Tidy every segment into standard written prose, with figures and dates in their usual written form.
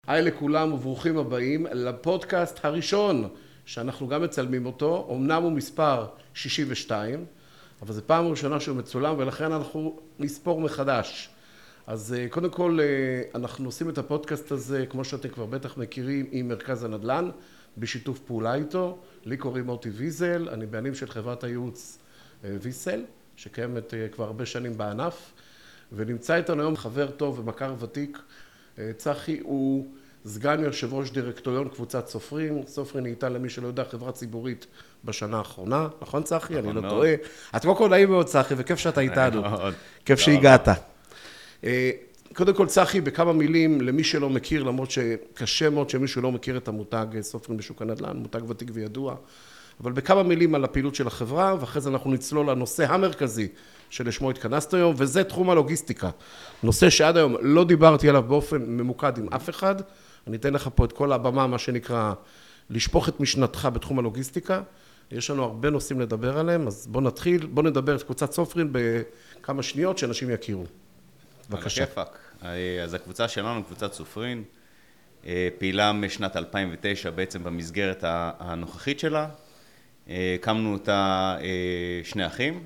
היי לכולם וברוכים הבאים לפודקאסט הראשון שאנחנו גם מצלמים אותו, אמנם הוא מספר 62, אבל זו פעם ראשונה שהוא מצולם ולכן אנחנו נספור מחדש. אז קודם כל אנחנו עושים את הפודקאסט הזה, כמו שאתם כבר בטח מכירים, עם מרכז הנדל"ן, בשיתוף פעולה איתו. לי קוראים מוטי ויזל, אני בעלים של חברת הייעוץ ויסל, שקיימת כבר הרבה שנים בענף, ונמצא איתנו היום חבר טוב ומכר ותיק. צחי הוא סגן יושב ראש דירקטוריון קבוצת סופרים. סופרים נהייתה, למי שלא יודע, חברה ציבורית בשנה האחרונה. נכון צחי? אני לא טועה. את קודם כל נעים מאוד צחי, וכיף שאתה איתנו. כיף שהגעת. קודם כל צחי, בכמה מילים, למי שלא מכיר, למרות שקשה מאוד שמישהו לא מכיר את המותג סופרים בשוק הנדל"ן, מותג ותיק וידוע, אבל בכמה מילים על הפעילות של החברה, ואחרי זה אנחנו נצלול לנושא המרכזי שלשמו התכנסנו היום, וזה תחום הלוגיסטיקה. נושא שעד היום לא דיברתי עליו באופן ממוקד עם אף אחד. אני אתן לך פה את כל הבמה, מה שנקרא, לשפוך את משנתך בתחום הלוגיסטיקה. יש לנו הרבה נושאים לדבר עליהם, אז בוא נתחיל, בוא נדבר את קבוצת סופרים בכמה שניות שאנשים יכירו. בבקשה. אז הקבוצה שלנו, קבוצת סופרים, פעילה משנת 2009 בעצם במסגרת הנוכחית שלה. הקמנו אותה שני אחים,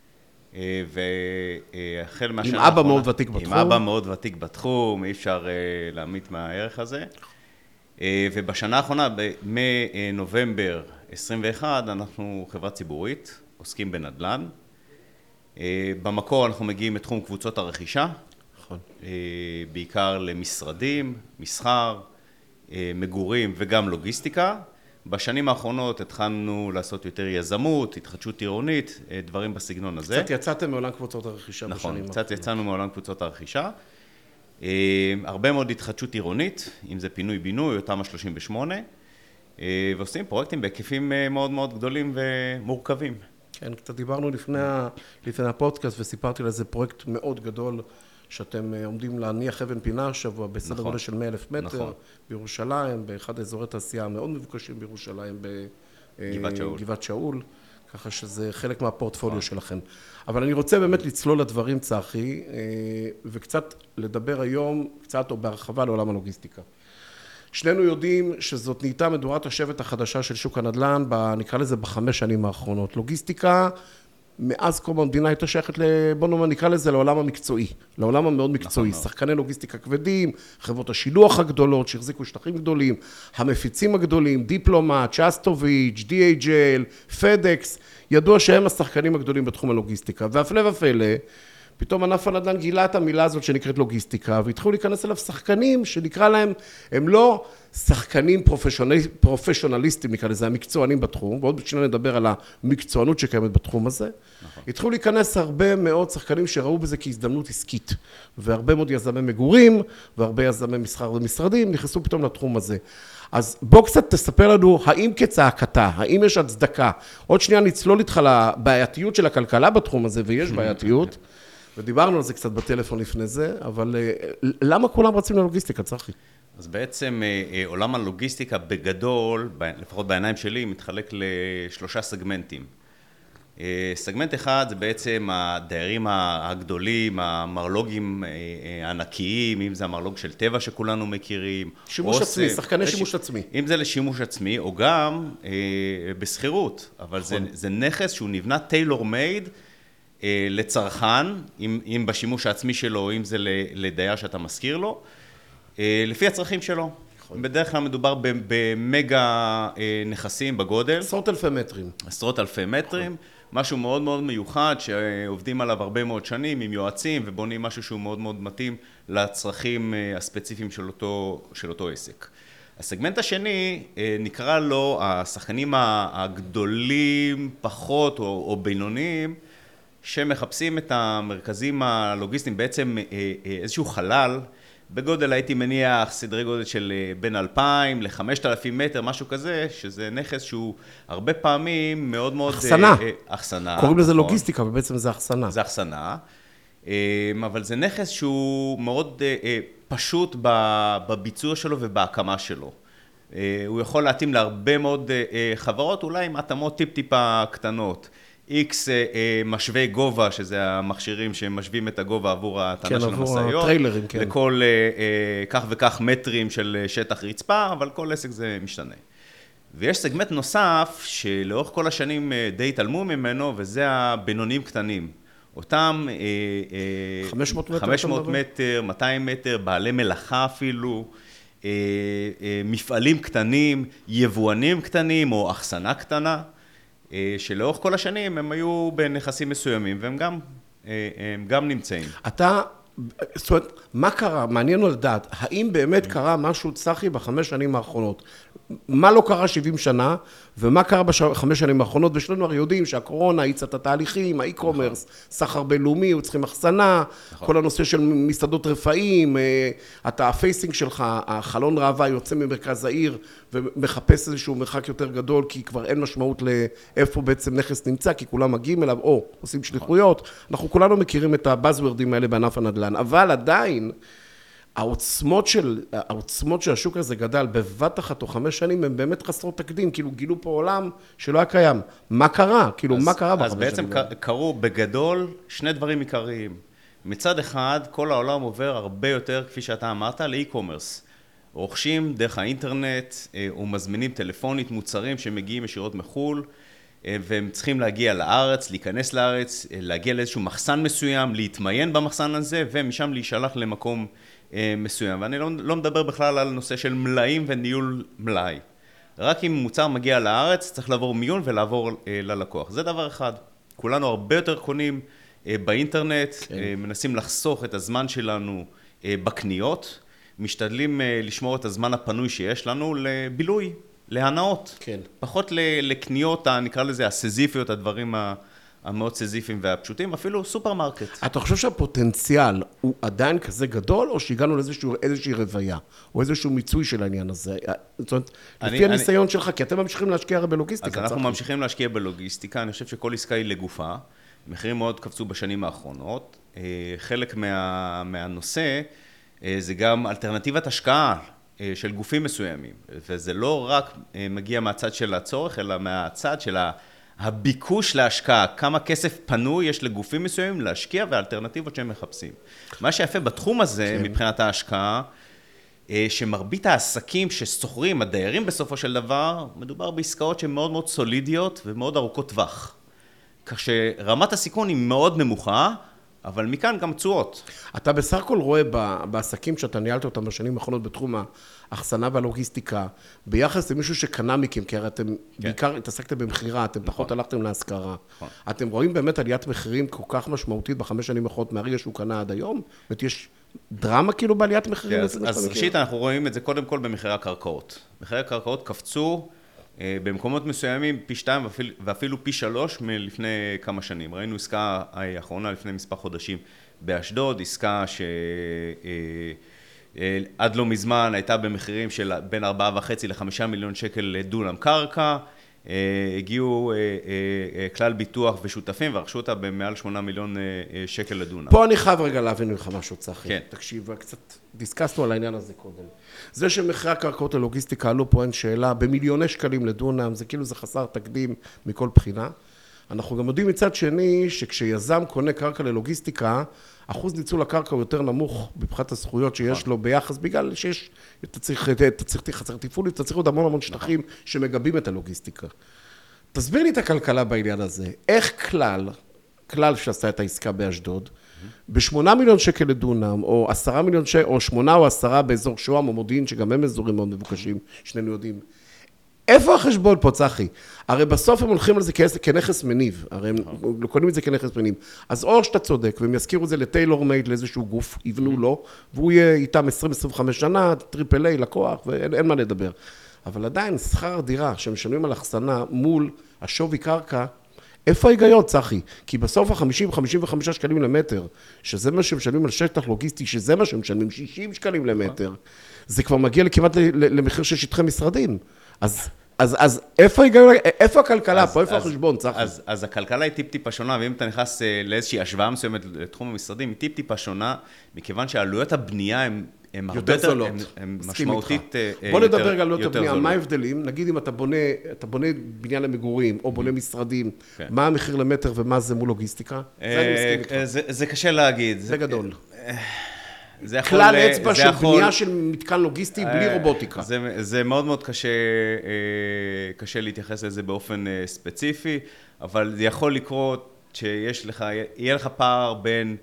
והחל מהשנה עם אבא מאוד ותיק בתחום. עם אבא מאוד ותיק בתחום, אי אפשר להמעיט מהערך הזה. ובשנה האחרונה, מנובמבר 21, אנחנו חברה ציבורית, עוסקים בנדל"ן. במקור אנחנו מגיעים לתחום קבוצות הרכישה, נכון. בעיקר למשרדים, מסחר, מגורים וגם לוגיסטיקה. בשנים האחרונות התחלנו לעשות יותר יזמות, התחדשות עירונית, דברים בסגנון הזה. קצת יצאתם מעולם קבוצות הרכישה בשנים האחרונות. נכון, קצת יצאנו מעולם קבוצות הרכישה. הרבה מאוד התחדשות עירונית, אם זה פינוי-בינוי או תמ"א 38, ועושים פרויקטים בהיקפים מאוד מאוד גדולים ומורכבים. כן, קצת דיברנו לפני הפודקאסט וסיפרתי על איזה פרויקט מאוד גדול שאתם עומדים להניח אבן פינה השבוע בסדר גודל של 100,000 מטר בירושלים, באחד האזורי תעשייה המאוד מבוקשים בירושלים, בגבעת שאול, ככה שזה חלק מהפורטפוליו שלכם. אבל אני רוצה באמת לצלול לדברים צחי, וקצת לדבר היום, קצת או בהרחבה לעולם הלוגיסטיקה. שנינו יודעים שזאת נהייתה מדורת השבט החדשה של שוק הנדל"ן, נקרא לזה ב5 שנים האחרונות. לוגיסטיקה, מאז קום המדינה הייתה שייכת, בוא נקרא לזה לעולם המקצועי, לעולם המאוד מקצועי. שחקני לוגיסטיקה כבדים, חברות השילוח הגדולות שהחזיקו שטחים גדולים, המפיצים הגדולים, דיפלומט, צ'סטוביץ', DHL, פדקס, ידוע שהם השחקנים הגדולים בתחום הלוגיסטיקה. והפלא ופלא, פתאום ענף הנדל"ן גילה את המילה הזאת שנקראת לוגיסטיקה, והתחילו להיכנס אליו שחקנים שנקרא להם, הם לא שחקנים פרופשיונליסטים, נקרא לזה, המקצוענים בתחום, ועוד בשביל נדבר על המקצוענות שקיימת בתחום הזה. נכון. התחילו להיכנס הרבה מאוד שחקנים שראו בזה כהזדמנות עסקית, והרבה מאוד יזמי מגורים, והרבה יזמי מסחר ומשרדים, נכנסו פתאום לתחום הזה. אז בוא קצת תספר לנו, האם כצעקתה, האם יש הצדקה? עוד שנייה נצלול איתך לבעייתיות של הכלכלה בתחום הזה, ויש בעייתיות. ודיברנו על זה קצת בטלפון לפני זה, אבל למה כולם רצים ללוגיסטיקה, צחי? אז בעצם עולם הלוגיסטיקה בגדול, לפחות בעיניים שלי, מתחלק לשלושה סגמנטים. סגמנט אחד זה בעצם הדיירים הגדולים, המרלוגים הענקיים, אם זה המרלוג של טבע שכולנו מכירים. שימוש עצמי, שחקני שימוש עצמי. אם זה לשימוש עצמי, או גם בסחירות, אבל זה נכס שהוא נבנה טיילור מייד, לצרכן, אם בשימוש העצמי שלו, או אם זה לדייר שאתה מזכיר לו, לפי הצרכים שלו. בדרך כלל מדובר במגה נכסים בגודל. עשרות אלפי מטרים. עשרות אלפי מטרים, משהו מאוד מאוד מיוחד, שעובדים עליו הרבה מאוד שנים עם יועצים, ובונים משהו שהוא מאוד מאוד מתאים לצרכים הספציפיים של אותו עסק. הסגמנט השני, נקרא לו השחקנים הגדולים פחות או בינוניים, שמחפשים את המרכזים הלוגיסטיים, בעצם איזשהו חלל, בגודל הייתי מניח סדרי גודל של בין 2,000 ל-5,000 מטר, משהו כזה, שזה נכס שהוא הרבה פעמים מאוד מאוד... אחסנה. קוראים לזה לוגיסטיקה, ובעצם זה אחסנה. זה אחסנה, אבל זה נכס שהוא מאוד פשוט בביצוע שלו ובהקמה שלו. הוא יכול להתאים להרבה מאוד חברות, אולי עם התאמות טיפ-טיפה קטנות. X משווה גובה, שזה המכשירים שמשווים את הגובה עבור ההטענה של המשאיות. כן, עבור הטריילרים, כן. לכל כך וכך מטרים של שטח רצפה, אבל כל עסק זה משתנה. ויש סגמנט נוסף, שלאורך כל השנים די התעלמו ממנו, וזה הבינוניים קטנים. אותם 500 מטר, 200 מטר, בעלי מלאכה אפילו, מפעלים קטנים, יבואנים קטנים או אחסנה קטנה, שלאורך כל השנים הם היו בנכסים מסוימים, והם גם נמצאים. זאת אומרת, מה קרה? מעניין לדעת, האם באמת קרה משהו צחי ב5 שנים האחרונות? מה לא קרה 70 שנה, ומה קרה ב5 שנים האחרונות? ושלנו הרי יודעים שהקורונה האיצה את התהליכים, האי-קומרס, סחר בינלאומי, הוא צריכים אחסנה, כל הנושא של מסעדות רפאים, הפייסינג שלך, החלון ראווה יוצא ממרכז העיר, ומחפש איזשהו מרחק יותר גדול, כי כבר אין משמעות לאיפה בעצם נכס נמצא, כי כולם מגיעים אליו, או עושים שליחויות. אנחנו כולנו מכירים את הבאזוורדים האלה בענף הנדל"ן, אבל עדיין, העוצמות של השוק הזה גדל בבת אחת או 5 שנים, הם באמת חסרות תקדים, כאילו גילו פה עולם שלא היה קיים. מה קרה? כאילו, מה קרה ב5 שנים? אז בעצם קרו בגדול 2 דברים עיקריים. מצד אחד, כל העולם עובר הרבה יותר, כפי שאתה אמרת, לאי-קומרס. רוכשים דרך האינטרנט, ומזמינים טלפונית מוצרים שמגיעים ישירות מחול, והם צריכים להגיע לארץ, להיכנס לארץ, להגיע לאיזשהו מחסן מסוים, להתמיין במחסן הזה, ומשם להישלח למקום מסוים. ואני לא מדבר בכלל על נושא של מלאים וניהול מלאי. רק אם מוצר מגיע לארץ, צריך לעבור מיון ולעבור ללקוח. זה דבר אחד. כולנו הרבה יותר קונים באינטרנט, מנסים לחסוך את הזמן שלנו בקניות, משתדלים לשמור את הזמן הפנוי שיש לנו לבילוי, להנאות. כן. פחות לקניות, נקרא לזה הסזיפיות, הדברים המאוד סזיפיים והפשוטים, אפילו סופרמרקט. אתה חושב שהפוטנציאל הוא עדיין כזה גדול, או שהגענו לאיזושהי רוויה, או איזשהו מיצוי של העניין הזה? זאת אומרת, לפי הניסיון שלך, כי אתם ממשיכים להשקיע הרי בלוגיסטיקה. אז אנחנו ממשיכים להשקיע בלוגיסטיקה, אני חושב שכל עסקה היא לגופה, מחירים מאוד קפצו בשנים האחרונות, חלק מהנושא זה גם אלטרנטיבת השקעה של גופים מסוימים, וזה לא רק מגיע מהצד של הצורך, אלא מהצד של הביקוש להשקעה, כמה כסף פנוי יש לגופים מסוימים להשקיע והאלטרנטיבות שהם מחפשים. מה שיפה בתחום הזה, מבחינת ההשקעה, שמרבית העסקים שסוחרים, הדיירים בסופו של דבר, מדובר בעסקאות שהן מאוד מאוד סולידיות ומאוד ארוכות טווח. כך שרמת הסיכון היא מאוד נמוכה, אבל מכאן גם תשואות. אתה בסך הכל רואה בעסקים שאתה ניהלת אותם בשנים האחרונות בתחום האחסנה והלוגיסטיקה, ביחס למישהו שקנה מכם, כי הרי אתם בעיקר התעסקתם במחירה, אתם פחות הלכתם להשכרה. אתם רואים באמת עליית מחירים כל כך משמעותית ב5 שנים האחרונות מהרגע שהוא קנה עד היום? זאת אומרת, יש דרמה כאילו בעליית מחירים? אז ראשית אנחנו רואים את זה קודם כל במחירי הקרקעות. מחירי הקרקעות קפצו במקומות מסוימים פי 2 ואפילו פי 3 מלפני כמה שנים. ראינו עסקה האחרונה לפני מספר חודשים באשדוד, עסקה שעד לא מזמן הייתה במחירים של בין 4.5 ל5 מיליון שקל לדונם קרקע, הגיעו כלל ביטוח ושותפים ורכשו אותה במעל 8 מיליון שקל לדונם. פה אני חייב רגע להבין ממך משהו צחי. כן. תקשיב, קצת דיסקסנו על העניין הזה קודם. זה שמחירי הקרקעות הלוגיסטיקה עלו פה אין שאלה, במיליוני שקלים לדונם, זה כאילו זה חסר תקדים מכל בחינה. אנחנו גם יודעים מצד שני שכשיזם קונה קרקע ללוגיסטיקה, אחוז ניצול הקרקע הוא יותר נמוך מבחינת הזכויות שיש לו ביחס, בגלל שיש, אתה צריך חצר תפעולית, אתה צריך עוד המון שטחים שמגבים את הלוגיסטיקה. תסביר לי את הכלכלה בעניין הזה. איך כלל שעשה את העסקה באשדוד, ב8 מיליון שקל לדונם, או 10 מיליון שקל, או 8 או 10 באזור שוהם או מודיעין, שגם הם אזורים מאוד מבוקשים, שנינו יודעים. איפה החשבון פה, צחי? הרי בסוף הם הולכים על זה כנכס מניב, הרי הם קונים את זה כנכס מניב. אז או שאתה צודק, והם יזכירו את זה לטיילור מייד לאיזשהו גוף, יבנו לו, והוא יהיה איתם 20-25 שנה, טריפל איי, לקוח, ואין מה לדבר. אבל עדיין, שכר דירה שמשלמים על אחסנה מול השווי קרקע, איפה ההיגיון, צחי? כי בסוף ה-50-55 שקלים למטר, שזה מה שמשלמים על שטח לוגיסטי, שזה מה שמשלמים 60 שקלים למטר, זה כבר מגיע כמעט למחיר של שטחי משרדים. אז איפה ההיגיון, איפה הכלכלה פה, איפה החשבון, צחי? אז הכלכלה היא טיפ-טיפה שונה, ואם אתה נכנס לאיזושהי השוואה מסוימת לתחום המשרדים, היא טיפ-טיפה שונה, מכיוון שעלויות הבנייה הן הם יותר זולות. הם משמעותית בוא נדבר על עלויות הבנייה, מה ההבדלים? נגיד אם אתה בונה בניין למגורים, או בונה משרדים, מה המחיר למטר ומה זה מול לוגיסטיקה? זה אני מסכים איתך. זה קשה להגיד. זה גדול. כלל אצבע של בנייה של מתקן לוגיסטי בלי רובוטיקה. זה מאוד מאוד קשה להתייחס לזה באופן ספציפי, אבל זה יכול לקרות שיהיה לך פער בין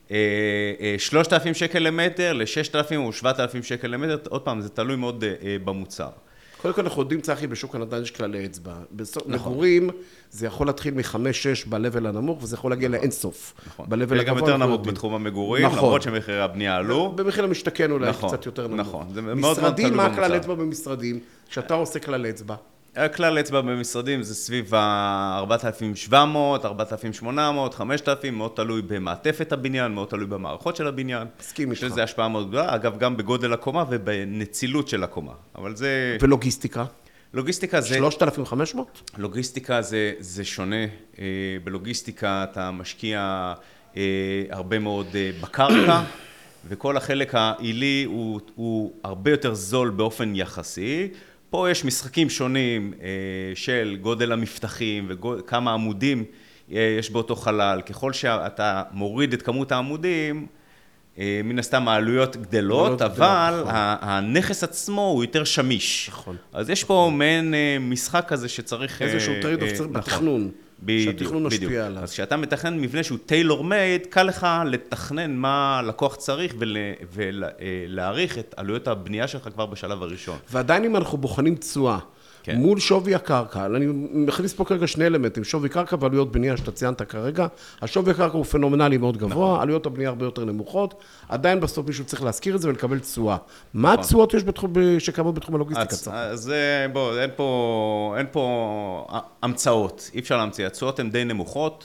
3,000 שקל למטר ל-6,000 או 7,000 שקל למטר, עוד פעם, זה תלוי מאוד במוצר. קודם כל אנחנו יודעים, צחי, בשוק הנדל"ן יש כללי אצבע. מגורים זה יכול להתחיל מ-5-6 ב-level הנמוך, וזה יכול להגיע לאינסוף. ב-level הגבוה. יש גם יותר נמוך בתחום המגורים, למרות שמחירי הבנייה עלו. במחיר המשתכן אולי קצת יותר נמוך. נכון, זה מאוד מאוד תלוי במוצר. משרדים, מה כלל אצבע במשרדים? כשאתה עושה כלל אצבע. כלל אצבע במשרדים זה סביב ה-4,700, 4,800, 5,000, מאוד תלוי במעטפת הבניין, מאוד תלוי במערכות של הבניין. מסכים איתך. שזה השפעה מאוד גדולה, אגב, גם בגודל הקומה ובנצילות של הקומה. אבל זה... ולוגיסטיקה? לוגיסטיקה זה... 3,500? לוגיסטיקה זה שונה. בלוגיסטיקה אתה משקיע הרבה מאוד בקרקע, וכל החלק העילי הוא הרבה יותר זול באופן יחסי. פה יש משחקים שונים של גודל המפתחים וכמה עמודים יש באותו חלל. ככל שאתה מוריד את כמות העמודים, מן הסתם העלויות גדלות, אבל הנכס עצמו הוא יותר שמיש. אז יש פה מעין משחק כזה שצריך... איזשהו טרייד-אוף בתכנון. שהתכנון משפיע עליו. אז כשאתה מתכנן מבנה שהוא טיילור מייד, קל לך לתכנן מה לקוח צריך ולהעריך את עלויות הבנייה שלך כבר בשלב הראשון. ועדיין אם אנחנו בוחנים תשואה, מול שווי הקרקע, אני מכניס פה כרגע שני אלמנטים, שווי קרקע ועלויות בנייה שאתה ציינת כרגע, השווי הקרקע הוא פנומנלי מאוד גבוה, עלויות הבנייה הרבה יותר נמוכות, עדיין בסוף מישהו צריך להזכיר את זה ולקבל תשואה. מה התשואות יש שקיימות בתחום הלוגיסטיקה? אז בוא, אין פה המצאות, אי אפשר להמציא, התשואות הן די נמוכות,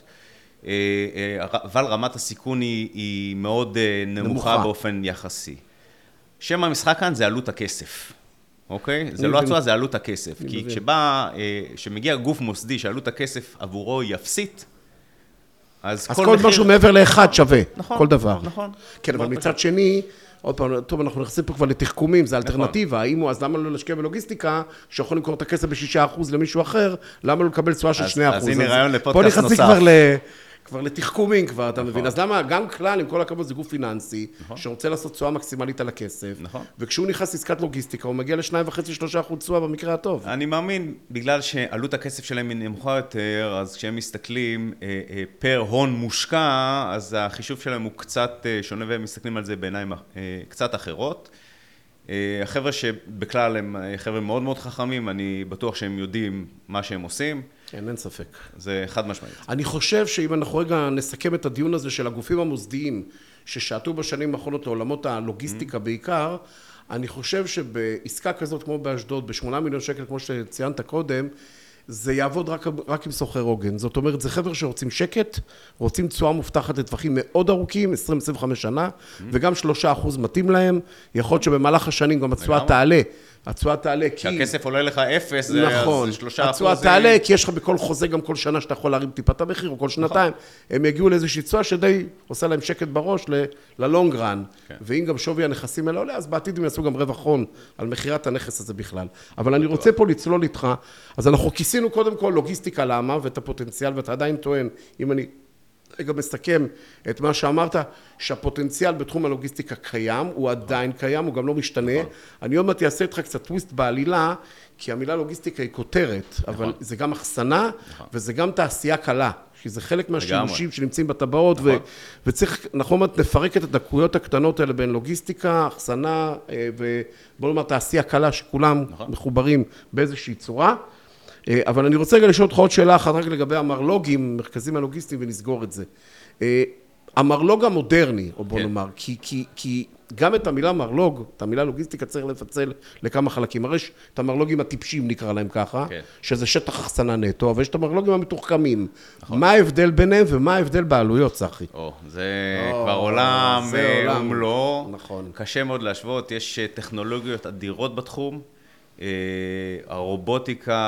אבל רמת הסיכון היא מאוד נמוכה באופן יחסי. שם המשחק כאן זה עלות הכסף. אוקיי? זה לא התשואה, זה עלות הכסף. כי כשמגיע גוף מוסדי שעלות הכסף עבורו היא אפסית, אז כל משהו מעבר לאחד שווה, כל דבר. נכון. כן, אבל מצד שני, עוד פעם, טוב, אנחנו נכנסים פה כבר לתחכומים, זה אלטרנטיבה. אז למה לא להשקיע בלוגיסטיקה, שיכול למכור את הכסף ב6% למישהו אחר, למה לא לקבל תשואה של 2%? אז הנה רעיון לפודקאסט נוסף. פה נכנסים כבר לתחכומים כבר, אתה מבין? אז למה גם כלל, עם כל הכבוד, זה גוף פיננסי, שרוצה לעשות תשואה מקסימלית על הכסף, וכשהוא נכנס לעסקת לוגיסטיקה, הוא מגיע ל2.5-3% תשואה במקרה הטוב. אני מאמין, בגלל שעלות הכסף שלהם היא נמוכה יותר, אז כשהם מסתכלים פר הון מושקע, אז החישוב שלהם הוא קצת שונה, והם מסתכלים על זה בעיניים קצת אחרות. החבר'ה שבכלל הם חבר'ה מאוד מאוד חכמים, אני בטוח שהם יודעים מה שהם עושים. אין ספק. זה חד משמעית. אני חושב שאם אנחנו רגע נסכם את הדיון הזה של הגופים המוסדיים ששעטו בשנים האחרונות לעולמות הלוגיסטיקה בעיקר, אני חושב שבעסקה כזאת כמו באשדוד, ב8 מיליון שקל כמו שציינת קודם, זה יעבוד רק עם סוחר עוגן. זאת אומרת, זה חבר'ה שרוצים שקט, רוצים תשואה מובטחת לטווחים מאוד ארוכים, 20-25 שנה, וגם 3% מתאים להם. יכול להיות שבמהלך השנים גם התשואה תעלה, כי... כשהכסף עולה לך 0, זה 3%. התשואה תעלה, כי יש לך בכל חוזה גם כל שנה שאתה יכול להרים טיפת המחיר, או כל שנתיים. הם יגיעו לאיזושהי תשואה שדי עושה להם שקט בראש ללונג רן. ואם גם שווי הנכסים האלה עולה, אז בעתיד הם יעשו גם רווח הון על מחירת הנכס הזה בכלל. אבל אני רוצה פה לצלול איתך, אז אנחנו כיסינו קודם כל לוגיסטיקה למה, ואת הפוטנציאל, ואתה עדיין טוען, אם אני רגע מסכם את מה שאמרת, שהפוטנציאל בתחום הלוגיסטיקה קיים, הוא עדיין קיים, הוא גם לא משתנה. אני עוד מעט אעשה איתך קצת טוויסט בעלילה, כי המילה לוגיסטיקה היא כותרת, אבל זה גם אחסנה, וזה גם תעשייה קלה, שזה חלק מהשימושים שנמצאים בטבעות, וצריך, נכון, נפרק את הדקויות הקטנות האלה בין לוגיסטיקה, אחסנה, ובוא נאמר תעשייה קלה, שכולם מחוברים באיזושהי צורה. אבל אני רוצה רגע לשאול אותך עוד שאלה אחת רק לגבי המרלוגים, מרכזים הלוגיסטיים, ונסגור את זה. המרלוג המודרני, או בוא נאמר, כי גם את המילה מרלוג, את המילה לוגיסטיקה צריך לפצל לכמה חלקים. הרי יש את המרלוגים הטיפשים, נקרא להם ככה, שזה שטח אחסנה נטו, אבל יש את המרלוגים המתוחכמים. מה ההבדל ביניהם ומה ההבדל בעלויות, צחי? זה כבר עולם ומלואו. קשה מאוד להשוות, יש טכנולוגיות אדירות בתחום. הרובוטיקה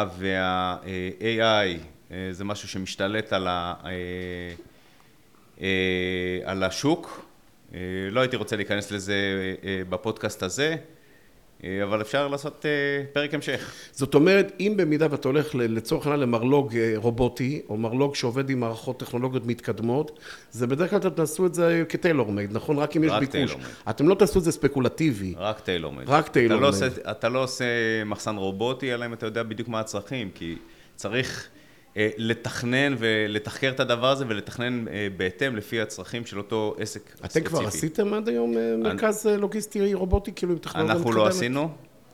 וה-AI זה משהו שמשתלט על השוק, לא הייתי רוצה להיכנס לזה בפודקאסט הזה, אבל אפשר לעשות פרק המשך. זאת אומרת, אם במידה ואתה הולך לצורך העניין למרלוג רובוטי, או מרלוג שעובד עם מערכות טכנולוגיות מתקדמות, זה בדרך כלל אתם תעשו את זה כטיילור מייד, נכון? רק אם יש ביקוש. אתם לא תעשו את זה ספקולטיבי. רק טיילור מייד. רק טיילור מייד. אתה לא עושה מחסן רובוטי, אלא אם אתה יודע בדיוק מה הצרכים, כי צריך לתכנן ולתחקר את הדבר הזה, ולתכנן בהתאם לפי הצרכים של אותו עסק ספציפי. אתם כבר עשיתם עד היום מרכז לוגיסטי רובוטי, כאילו עם טכנולוגיה מתקדמת? אנחנו לא עשינו,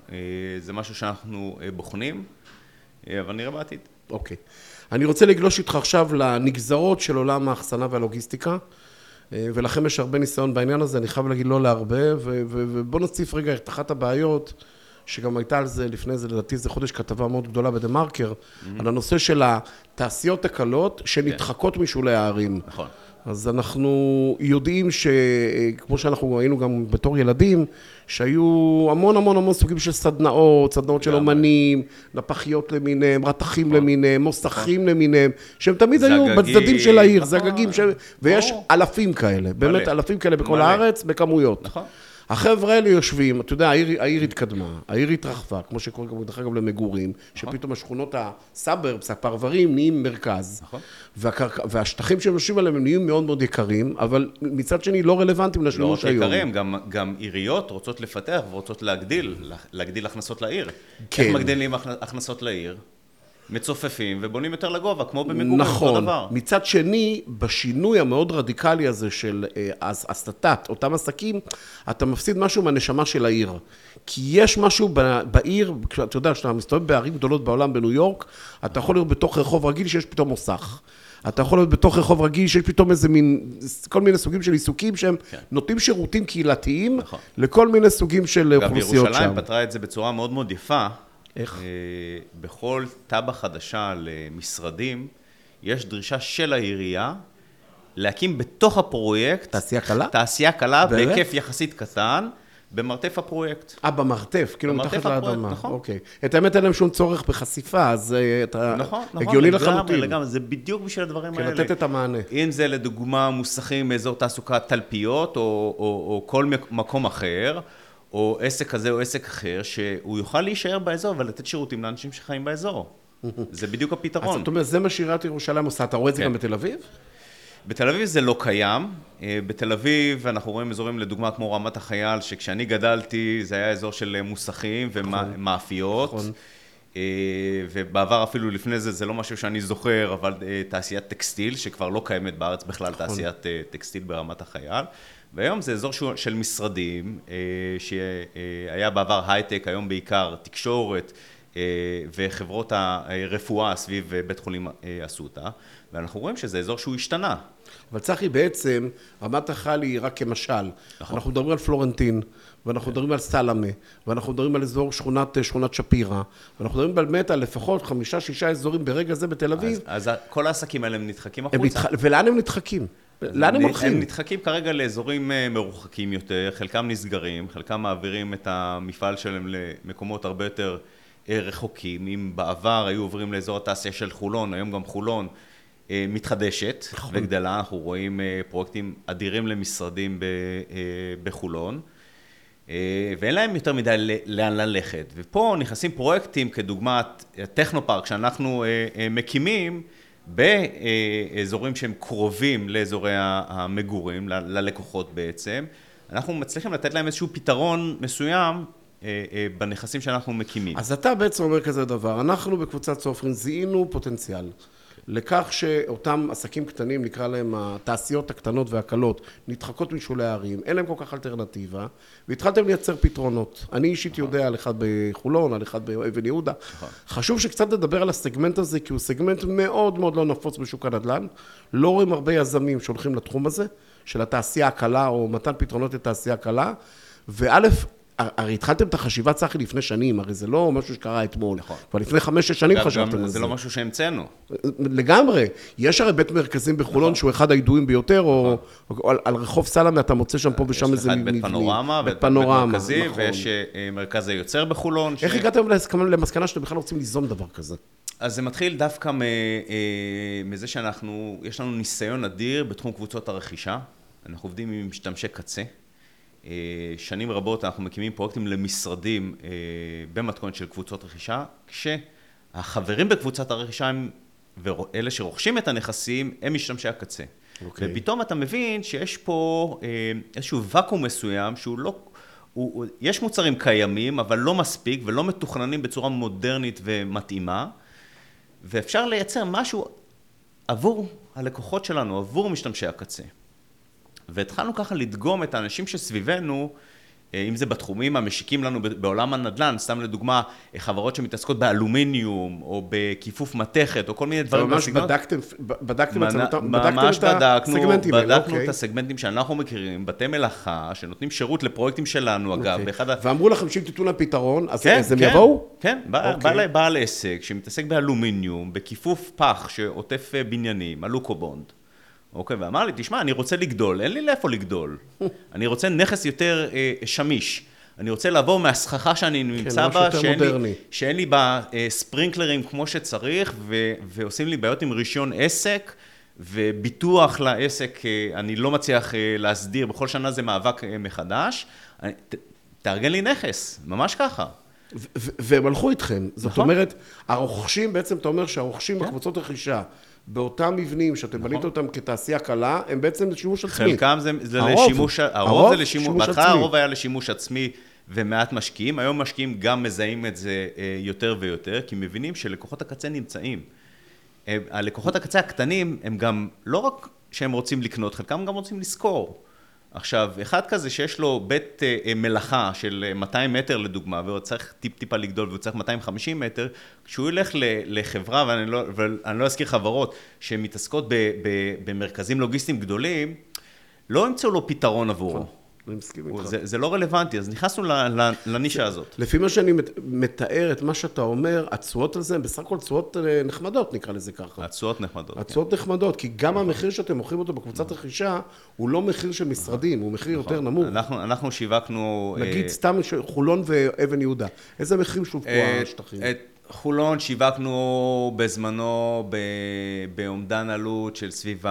זה משהו שאנחנו בוחנים, אבל נראה בעתיד. אוקיי. אני רוצה לגלוש איתך עכשיו לנגזרות של עולם האחסנה והלוגיסטיקה, ולכם יש הרבה ניסיון בעניין הזה, אני חייב להגיד לא להרבה, ובוא נציף רגע את אחת הבעיות, שגם הייתה על זה לפני זה, לדעתי זה חודש כתבה מאוד גדולה בדה-מרקר, על הנושא של התעשיות הקלות שנדחקות משולי הערים. נכון. אז אנחנו יודעים שכמו שאנחנו היינו גם בתור ילדים, שהיו המון סוגים של סדנאות של אומנים, נפחיות למיניהם, רתחים למיניהם, מוסכים למיניהם, שהם תמיד היו בצדדים של העיר, זגגים, ויש אלפים כאלה, באמת אלפים כאלה בכל הארץ, בכמויות. נכון. החבר'ה האלה יושבים, אתה יודע, העיר התקדמה, העיר התרחבה, כמו שקורה גם דרך אגב למגורים, שפתאום השכונות הסאברבס, הפרברים, נהיים מרכז. והשטחים שהם יושבים עליהם הם נהיים מאוד מאוד יקרים, אבל מצד שני לא רלוונטיים לשימוש היום. לא רק יקרים, גם עיריות רוצות לפתח ורוצות להגדיל הכנסות לעיר. כן. איך מגדילים הכנסות לעיר? מצופפים ובונים יותר לגובה, כמו במגורים, נכון. אותו דבר. מצד שני, בשינוי המאוד רדיקלי הזה של הסטטת, אותם עסקים, אתה מפסיד משהו מהנשמה של העיר. כי יש משהו בעיר, אתה יודע, כשאתה מסתובב בערים גדולות בעולם בניו יורק, אתה יכול להיות בתוך רחוב רגיל שיש פתאום מוסך. אתה יכול להיות בתוך רחוב רגיל שיש פתאום איזה מין, כל מיני סוגים של עיסוקים שהם נותנים שירותים קהילתיים לכל מיני סוגים של אוכלוסיות שם. גם בירושלים פתרה את זה בצורה מאוד מאוד יפה. איך? בכל טאבה חדשה למשרדים, יש דרישה של העירייה להקים בתוך הפרויקט תעשייה קלה? תעשייה קלה בהיקף יחסית קטן, במרתף הפרויקט. במרתף, כאילו מתחת לאדמה. נכון. אוקיי. את האמת אין להם שום צורך בחשיפה, אז אתה הגיוני לחלוטין. לגמרי, זה בדיוק בשביל הדברים האלה. לתת את המענה. אם זה לדוגמה מוסכים מאזור תעסוקה תלפיות, או כל מקום אחר, או עסק כזה או עסק אחר, שהוא יוכל להישאר באזור ולתת שירותים לאנשים שחיים באזור. זה בדיוק הפתרון. אז זאת אומרת, זה מה שעיריית ירושלים עושה. אתה רואה את זה גם בתל אביב? בתל אביב זה לא קיים. בתל אביב אנחנו רואים אזורים לדוגמה כמו רמת החייל, שכשאני גדלתי זה היה אזור של מוסכים ומאפיות. ובעבר אפילו לפני זה, זה לא משהו שאני זוכר, אבל תעשיית טקסטיל, שכבר לא קיימת בארץ בכלל תעשיית טקסטיל ברמת החייל. והיום זה אזור של משרדים, שהיה בעבר הייטק, היום בעיקר תקשורת, וחברות הרפואה סביב בית חולים עשו אותה, ואנחנו רואים שזה אזור שהוא השתנה. אבל צחי, בעצם, רמת החייל היא רק כמשל. אנחנו מדברים על פלורנטין, ואנחנו מדברים על סלמה, ואנחנו מדברים על אזור שכונת שפירא, ואנחנו מדברים באמת על לפחות 5-6 אזורים ברגע זה בתל אביב. אז כל העסקים האלה הם נדחקים החוצה. ולאן הם נדחקים? לאן הם הולכים? הם נדחקים כרגע לאזורים מרוחקים יותר, חלקם נסגרים, חלקם מעבירים את המפעל שלהם למקומות הרבה יותר רחוקים. אם בעבר היו עוברים לאזור התעשייה של חולון, היום גם חולון מתחדשת וגדלה, אנחנו רואים פרויקטים אדירים למשרדים בחולון, ואין להם יותר מדי לאן ללכת. ופה נכנסים פרויקטים כדוגמת טכנופארק שאנחנו מקימים, באזורים שהם קרובים לאזורי המגורים, ללקוחות בעצם, אנחנו מצליחים לתת להם איזשהו פתרון מסוים בנכסים שאנחנו מקימים. אז אתה בעצם אומר כזה דבר, אנחנו בקבוצת סופרין זיהינו פוטנציאל לכך שאותם עסקים קטנים, נקרא להם התעשיות הקטנות והקלות, נדחקות משולי הערים, אין להם כל כך אלטרנטיבה, והתחלתם לייצר פתרונות. אני אישית יודע על אחד בחולון, על אחד באבן יהודה. חשוב שקצת לדבר על הסגמנט הזה, כי הוא סגמנט מאוד מאוד לא נפוץ בשוק הנדל"ן. לא רואים הרבה יזמים שהולכים לתחום הזה, של התעשייה הקלה, או מתן פתרונות לתעשייה הקלה. וא', הרי התחלתם את החשיבה צחי לפני שנים, הרי זה לא משהו שקרה אתמול. נכון. כבר לפני 5-6 שנים חשבתם על זה. זה לא משהו שהמצאנו. לגמרי. יש הרי בית מרכזים בחולון שהוא אחד הידועים ביותר, או על רחוב סלמה אתה מוצא שם פה ושם איזה מבנה. יש לך את בית פנורמה, בית מרכזי, ויש מרכז היוצר בחולון. איך הגעתם למסקנה שאתם בכלל רוצים ליזום דבר כזה? אז זה מתחיל דווקא מזה יש לנו ניסיון אדיר בתחום קבוצות הרכישה. אנחנו עובדים עם משתמשי קצה. שנים רבות אנחנו מקימים פרויקטים למשרדים במתכונת של קבוצות רכישה, כשהחברים בקבוצת הרכישה הם, ואלה שרוכשים את הנכסים, הם משתמשי הקצה. ופתאום אתה מבין שיש פה איזשהו ואקום מסוים שהוא לא, יש מוצרים קיימים, אבל לא מספיק ולא מתוכננים בצורה מודרנית ומתאימה, ואפשר לייצר משהו עבור הלקוחות שלנו, עבור משתמשי הקצה. והתחלנו ככה לדגום את האנשים שסביבנו, אם זה בתחומים המשיקים לנו בעולם הנדל"ן, סתם לדוגמה, חברות שמתעסקות באלומיניום, או בכיפוף מתכת, או כל מיני דברים. ממש בדקתם את הסגמנטים האלה. בדקנו את הסגמנטים שאנחנו מכירים, בתי מלאכה, שנותנים שירות לפרויקטים שלנו, אגב. ואמרו לכם שאם תיתנו להם פתרון, אז הם יבואו? כן, בא בעל עסק שמתעסק באלומיניום, בכיפוף פח שעוטף בניינים, הלוקובונד. אוקיי, ואמר לי, תשמע, אני רוצה לגדול, אין לי לאיפה לגדול. אני רוצה נכס יותר שמיש. אני רוצה לעבור מהסככה שאני נמצא בה, שאין לי בה ספרינקלרים כמו שצריך, ועושים לי בעיות עם רישיון עסק, וביטוח לעסק אני לא מצליח להסדיר, בכל שנה זה מאבק מחדש. תארגן לי נכס, ממש ככה. והם הלכו איתכם. זאת אומרת, הרוכשים, בעצם אתה אומר שהרוכשים בקבוצות רכישה, באותם מבנים שאתם בניתם אותם כתעשייה קלה, הם בעצם לשימוש עצמי. חלקם זה לשימוש, הרוב זה לשימוש, בהתחלה הרוב היה לשימוש עצמי ומעט משקיעים, היום משקיעים גם מזהים את זה יותר ויותר, כי מבינים שלקוחות הקצה נמצאים. הלקוחות הקצה הקטנים הם גם, לא רק שהם רוצים לקנות, חלקם גם רוצים לשכור. עכשיו, אחד כזה שיש לו בית מלאכה של 200 מטר לדוגמה, והוא צריך טיפה לגדול, והוא צריך 250 מטר, כשהוא ילך לחברה, ואני לא אזכיר חברות, שמתעסקות במרכזים לוגיסטיים גדולים, לא ימצאו לו פתרון עבורו. אני מסכים איתך. זה לא רלוונטי, אז נכנסנו לנישה הזאת. לפי מה שאני מתאר את מה שאתה אומר, התשואות על זה הן בסך הכל תשואות נחמדות, נקרא לזה ככה. התשואות נחמדות. התשואות נחמדות, כי גם המחיר שאתם מוכרים אותו בקבוצת רכישה, הוא לא מחיר של משרדים, הוא מחיר יותר נמוך. אנחנו שיווקנו... נגיד סתם חולון ואבן יהודה. איזה מחיר שווקו השטחים? חולון שיווקנו בזמנו באומדן עלות של סביב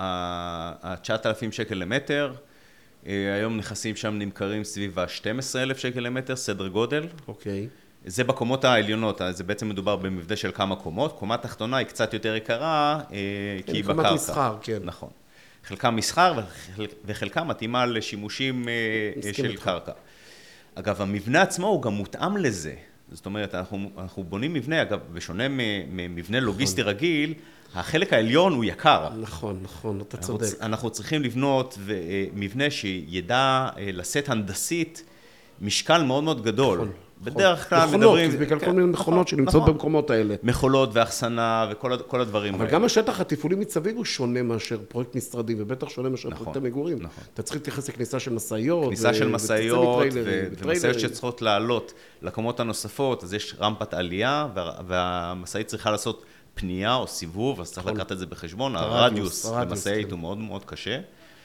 ה-9,000 שקל למטר. היום נכסים שם נמכרים סביב ה-12,000 שקל למטר, סדר גודל. אוקיי. זה בקומות העליונות, זה בעצם מדובר במבנה של כמה קומות. קומה תחתונה היא קצת יותר יקרה, כי היא בקרקע. קומת מסחר, כן. נכון. חלקם מסחר וחלקם מתאימה לשימושים של קרקע. אגב, המבנה עצמו הוא גם מותאם לזה. זאת אומרת, אנחנו בונים מבנה, אגב, בשונה ממבנה לוגיסטי רגיל, החלק העליון הוא יקר. נכון, אתה צודק. אנחנו צריכים לבנות מבנה שידע לשאת הנדסית משקל מאוד מאוד גדול. בדרך כלל מדברים... מכונות, בגלל כל מיני מכונות שנמצאות במקומות האלה. מכולות ואחסנה וכל הדברים האלה. אבל גם השטח התפעולי מסביב הוא שונה מאשר פרויקט משרדי, ובטח שונה מאשר פרויקט המגורים. אתה צריך להתייחס לכניסה של מסעיות. כניסה של מסעיות ומסעיות שצריכות לעלות לקומות הנוספות, אז יש רמפת עלייה, והמסעית צריכה לעשות פנייה או סיבוב, אז צריך לקחת את זה בחשבון. הרדיוס למסעית הוא מאוד מאוד קשה.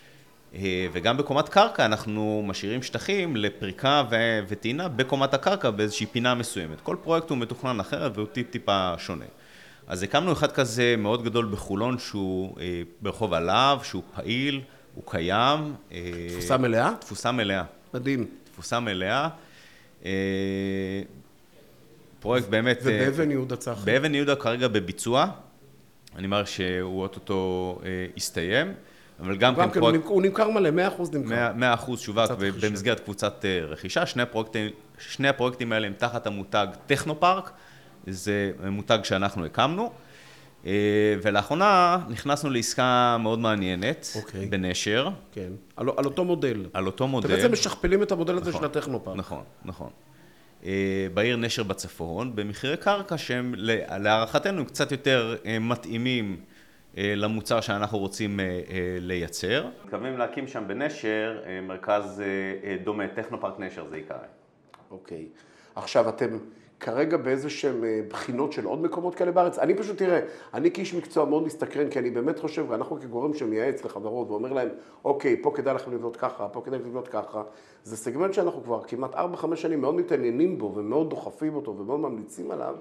וגם בקומת קרקע אנחנו משאירים שטחים לפריקה וטעינה בקומת הקרקע באיזושהי פינה מסוימת. כל פרויקט הוא מתוכנן אחרת והוא טיפה שונה. אז הקמנו אחד כזה מאוד גדול בחולון שהוא ברחוב הלהב, שהוא פעיל, הוא קיים. תפוסה מלאה? תפוסה מלאה. מדהים. תפוסה מלאה. פרויקט באמת... ובאבן יהודה צחי? באבן יהודה כרגע בביצוע. אני אומר שהוא אוטוטו הסתיים. אבל גם כן פרויקט... הוא נמכר מלא, 100% נמכר. 100% שווק במסגרת קבוצת רכישה. שני הפרויקטים האלה הם תחת המותג טכנופארק. זה מותג שאנחנו הקמנו. ולאחרונה נכנסנו לעסקה מאוד מעניינת בנשר. כן, על אותו מודל. על אותו מודל. אתם בעצם משכפלים את המודל הזה של הטכנופארק. נכון. בעיר נשר בצפון, במחירי קרקע שהם להערכתנו קצת יותר מתאימים למוצר שאנחנו רוצים לייצר. מתכוונים להקים שם בנשר מרכז דומה, טכנופארק נשר זה עיקר. אוקיי. עכשיו אתם כרגע באיזה שהם בחינות של עוד מקומות כאלה בארץ. אני פשוט תראה, אני כאיש מקצוע מאוד מסתקרן, כי אני באמת חושב, ואנחנו כגורם שמייעץ לחברות ואומר להם, אוקיי, פה כדאי לכם לבנות ככה, פה כדאי לבנות ככה. זה סגמנט שאנחנו כבר כמעט 4-5 שנים מאוד מתעניינים בו ומאוד דוחפים אותו ומאוד ממליצים עליו,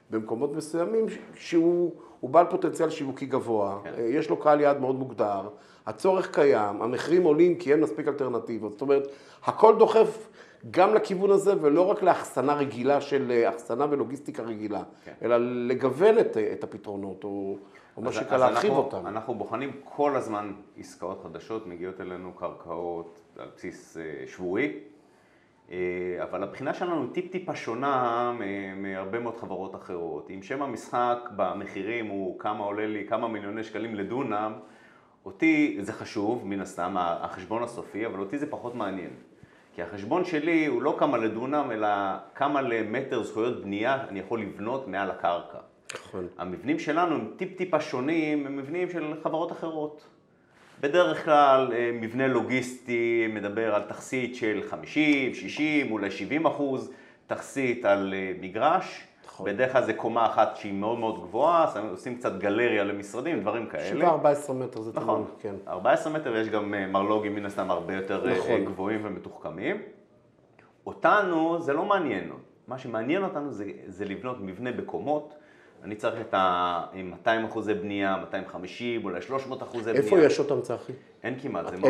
במקומות מסוימים שהוא בעל פוטנציאל שיווקי גבוה, יש לו קהל יעד מאוד מוגדר, הצורך קיים, המחירים עולים כי אין מספיק אלטרנטיבות. זאת אומרת, הכל דוחף גם לכיוון הזה, ולא רק לאחסנה רגילה של אחסנה ולוגיסטיקה רגילה, אלא לגוון את הפתרונות, או מה שקל להרחיב אותם. אנחנו בוחנים כל הזמן עסקאות חדשות, מגיעות אלינו קרקעות על בסיס שבועי, אבל הבחינה שלנו היא טיפה שונה מהרבה מאוד חברות אחרות. אם שם המשחק במחירים הוא כמה עולה לי, כמה מיליוני שקלים לדונם, אותי זה חשוב, מן הסתם, החשבון הסופי, אבל אותי זה פחות מעניין. כי החשבון שלי הוא לא כמה לדונם, אלא כמה למטר זכויות בנייה אני יכול לבנות מעל הקרקע. נכון. המבנים שלנו הם טיפה שונים, הם מבנים של חברות אחרות. בדרך כלל מבנה לוגיסטי מדבר על תכסית של 50, 60, אולי 70%, תכסית על מגרש. בדרך כלל זה קומה אחת שהיא מאוד מאוד גבוהה, עושים קצת גלריה למשרדים, דברים כאלה. 7-14 מטר זה נכון, כן. 14 מטר, ויש גם מרלוגים מן הסתם הרבה יותר גבוהים ומתוחכמים. אותנו זה לא מעניין. מה שמעניין אותנו זה לבנות מבנה בקומות. אני צריך את ה-200% בנייה, 250, אולי 300% בנייה. איפה יש אותם, צחי? אין כמעט, זה